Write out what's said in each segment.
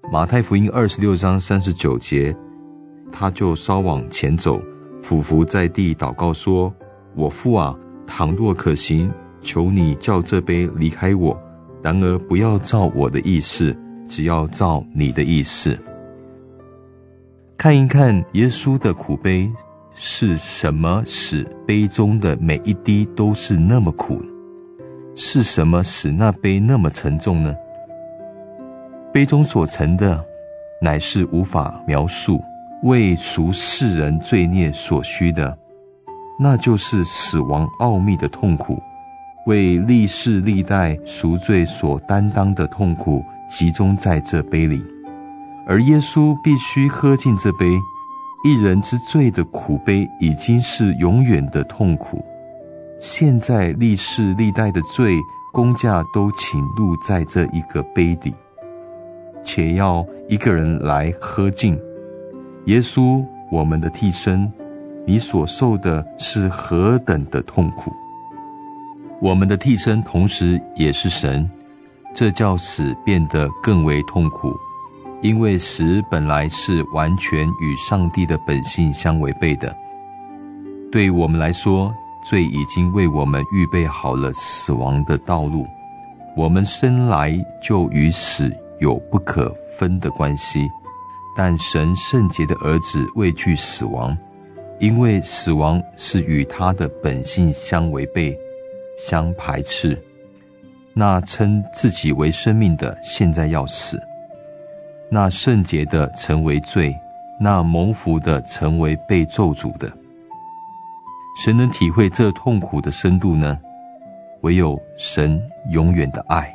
马太福音26章39节，他就稍往前走，俯伏在地祷告说，我父啊，倘若可行，求你叫这杯离开我，然而不要照我的意思，只要照你的意思。看一看耶稣的苦悲，是什么使杯中的每一滴都是那么苦？是什么使那杯那么沉重呢？杯中所盛的乃是无法描述，为赎世人罪孽所需的，那就是死亡奥秘的痛苦，为历世历代赎罪所担当的痛苦集中在这杯里。而耶稣必须喝尽这杯，一人之罪的苦杯已经是永远的痛苦。现在历世历代的罪工价都倾入在这一个杯底，且要一个人来喝尽。耶稣，我们的替身，你所受的是何等的痛苦！我们的替身同时也是神，这叫死变得更为痛苦，因为死本来是完全与上帝的本性相违背的。对我们来说，罪已经为我们预备好了死亡的道路，我们生来就与死有不可分的关系。但神圣洁的儿子畏惧死亡，因为死亡是与他的本性相违背、相排斥。那称自己为生命的，现在要死；那圣洁的成为罪，那蒙福的成为被咒诅的。谁能体会这痛苦的深度呢？唯有神永远的爱。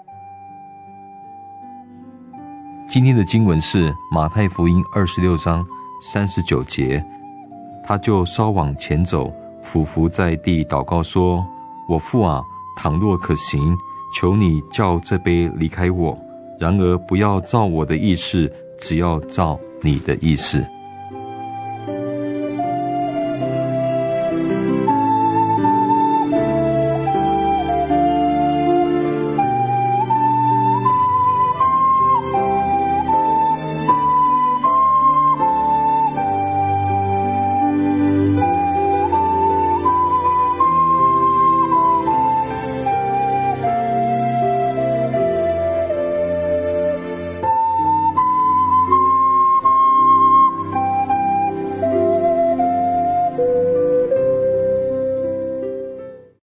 今天的经文是马太福音26章39节，他就稍往前走，俯伏在地祷告说，我父啊，倘若可行，求你叫这杯离开我，然而不要照我的意思，只要照你的意思。